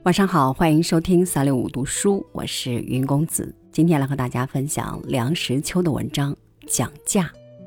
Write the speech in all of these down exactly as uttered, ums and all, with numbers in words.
晚上好，欢迎收听三六五读书，我是云公子。今天来和大家分享梁实秋的文章《讲价》。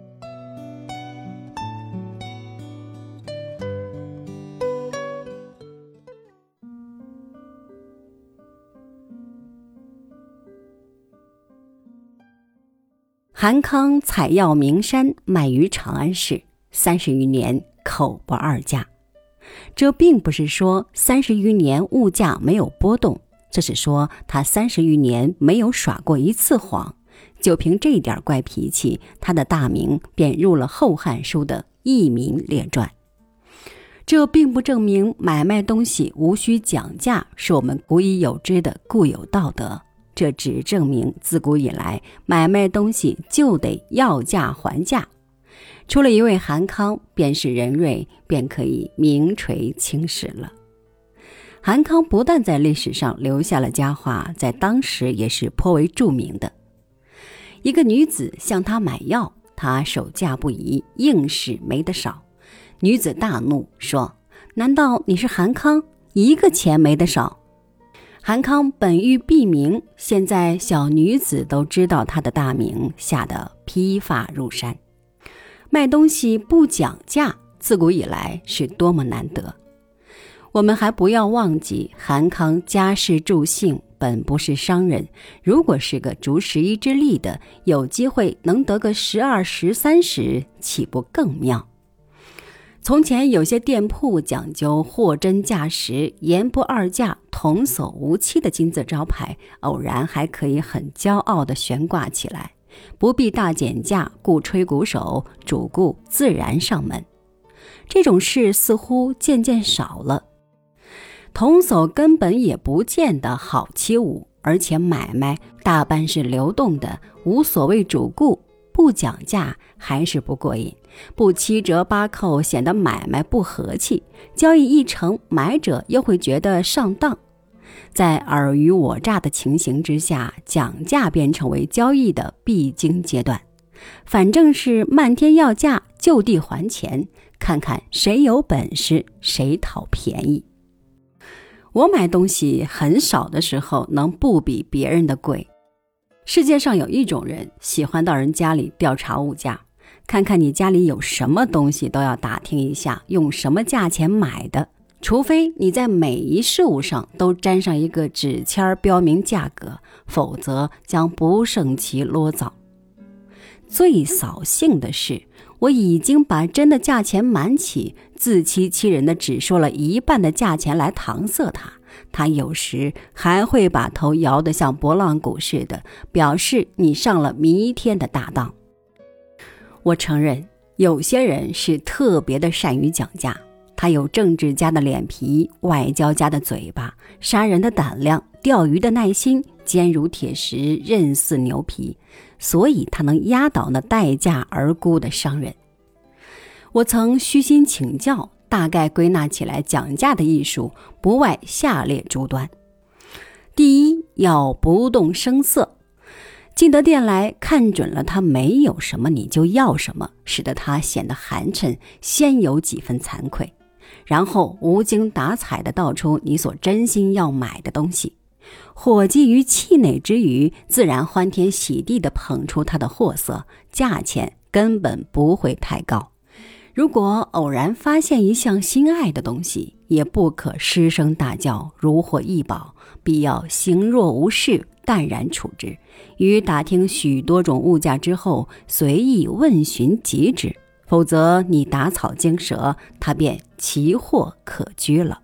韩康采药名山，卖于长安市，三十余年口不二价。这并不是说三十余年物价没有波动，这是说他三十余年没有耍过一次谎。就凭这点怪脾气，他的大名便入了《后汉书》的义民列传。这并不证明买卖东西无需讲价是我们古已有之的固有道德，这只证明自古以来买卖东西就得要价还价。除了一位韩康，便是任瑞便可以名垂青史了。韩康不但在历史上留下了佳话，在当时也是颇为著名的。一个女子向他买药，他守价不移，硬是没得少。女子大怒说：难道你是韩康，一个钱没得少？韩康本欲避名，现在小女子都知道他的大名，吓得披发入山。卖东西不讲价，自古以来是多么难得。我们还不要忘记，韩康家世著姓，本不是商人，如果是个逐十一之力的，有机会能得个十二十三十，岂不更妙？从前有些店铺讲究货真价实，言不二价，童叟无欺的金字招牌，偶然还可以很骄傲地悬挂起来，不必大减价，故吹鼓手，主顾自然上门。这种事似乎渐渐少了。童叟根本也不见得好欺侮，而且买卖大半是流动的，无所谓主顾，不讲价还是不过瘾，不七折八扣显得买卖不和气，交易一成，买者又会觉得上当。在尔虞我诈的情形之下，讲价便成为交易的必经阶段。反正是漫天要价，就地还钱，看看谁有本事，谁讨便宜。我买东西很少的时候，能不比别人的贵。世界上有一种人，喜欢到人家里调查物价，看看你家里有什么东西都要打听一下，用什么价钱买的。除非你在每一事物上都沾上一个纸签标明价格，否则将不胜其啰嗦。最扫兴的是，我已经把真的价钱瞒起，自欺欺人的只说了一半的价钱来搪塞他，他有时还会把头摇得像拨浪鼓似的，表示你上了弥天的大当。我承认，有些人是特别的善于讲价，他有政治家的脸皮，外交家的嘴巴，杀人的胆量，钓鱼的耐心，坚如铁石，韧似牛皮，所以他能压倒那待价而沽的商人。我曾虚心请教，大概归纳起来，讲价的艺术不外下列诸端。第一，要不动声色。进得店来，看准了他没有什么，你就要什么，使得他显得寒碜，先有几分惭愧，然后无精打采地道出你所真心要买的东西。伙计于气馁之余，自然欢天喜地地捧出他的货色，价钱根本不会太高。如果偶然发现一项心爱的东西，也不可失声大叫，如获异宝，必要行若无事，淡然处之。于打听许多种物价之后，随意问询即止，否则你打草惊蛇，他便奇货可居了。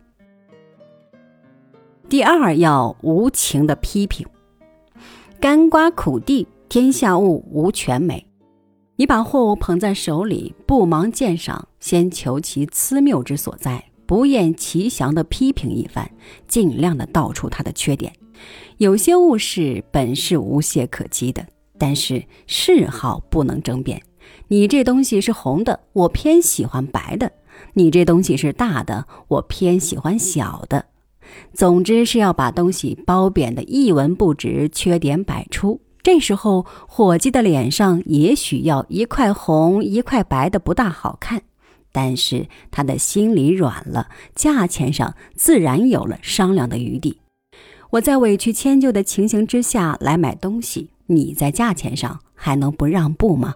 第二，要无情的批评。干瓜苦地，天下物无全美。你把货物捧在手里，不忙鉴赏，先求其疵谬之所在，不厌其详地批评一番，尽量地道出它的缺点。有些物事本是无懈可击的，但是嗜好不能争辩。你这东西是红的，我偏喜欢白的；你这东西是大的，我偏喜欢小的。总之是要把东西褒贬的一文不值，缺点百出。这时候伙计的脸上也许要一块红一块白的不大好看， 但是他的心里软了，价钱上自然有了商量的余地。我在委曲迁就的情形之下来买东西，你在价钱上还能不让步吗？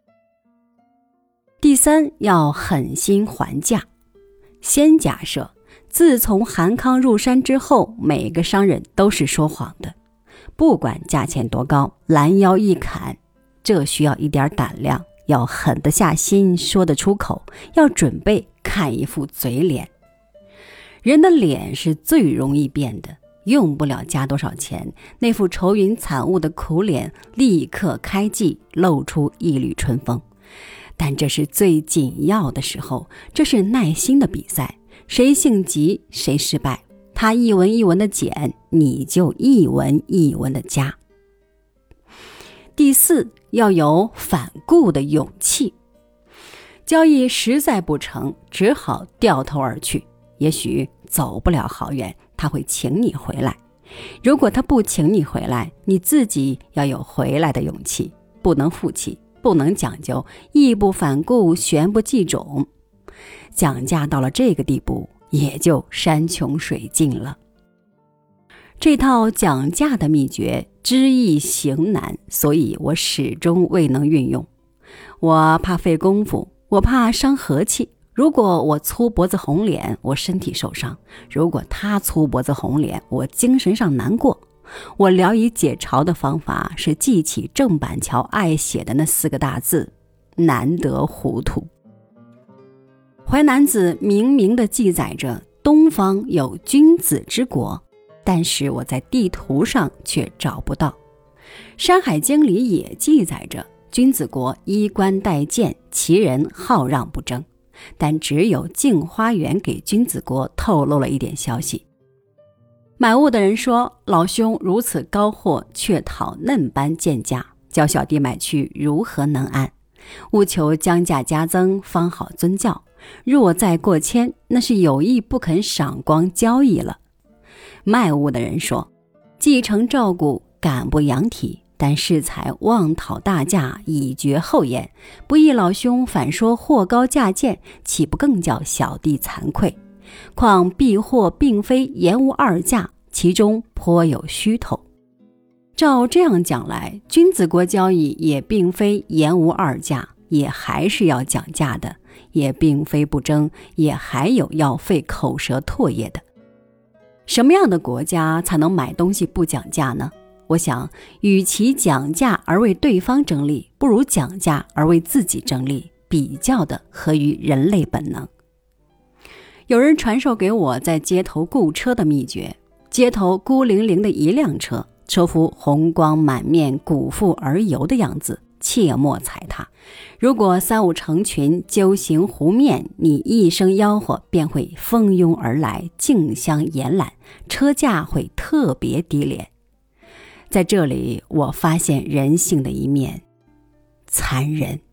第三，要狠心还价。先假设自从韩康入山之后，每个商人都是说谎的，不管价钱多高，拦腰一砍。这需要一点胆量，要狠得下心说得出口，要准备看一副嘴脸。人的脸是最容易变的，用不了加多少钱，那副愁云惨雾的苦脸立刻开季，露出一缕春风。但这是最紧要的时候，这是耐心的比赛，谁性急谁失败。他一文一文的减，你就一文一文的加。第四，要有反顾的勇气。交易实在不成，只好掉头而去，也许走不了好远，他会请你回来。如果他不请你回来，你自己要有回来的勇气，不能负气，不能讲究，义不反顾，旋不计种。讲价到了这个地步，也就山穷水尽了。这套讲价的秘诀知易行难，所以我始终未能运用。我怕费功夫，我怕伤和气。如果我粗脖子红脸，我身体受伤；如果他粗脖子红脸，我精神上难过。我聊以解嘲的方法是记起郑板桥爱写的那四个大字：难得糊涂。淮南子明明地记载着东方有君子之国，但是我在地图上却找不到。山海经里也记载着君子国衣冠带剑，其人好让不争，但只有镜花缘给君子国透露了一点消息。买物的人说，老兄如此高货，却讨嫩般贱价，叫小弟买去如何能安？务求将价加增，方好遵教。若再过千，那是有意不肯赏光交易了。卖物的人说，既承照顾，敢不扬体，但适才妄讨大价，以绝后延，不意老兄反说货高价贱，岂不更叫小弟惭愧？况敝货并非言无二价，其中颇有虚头。照这样讲来，君子国交易也并非言无二价，也还是要讲价的，也并非不争，也还有要费口舌唾液的。什么样的国家才能买东西不讲价呢？我想，与其讲价而为对方争利，不如讲价而为自己争利，比较的合于人类本能。有人传授给我在街头雇车的秘诀，街头孤零零的一辆车，车夫红光满面，鼓腹而游的样子，切莫踩它。如果三五成群揪行湖面，你一声吆喝，便会蜂拥而来，竞相延揽，车价会特别低廉。在这里，我发现人性的一面残忍。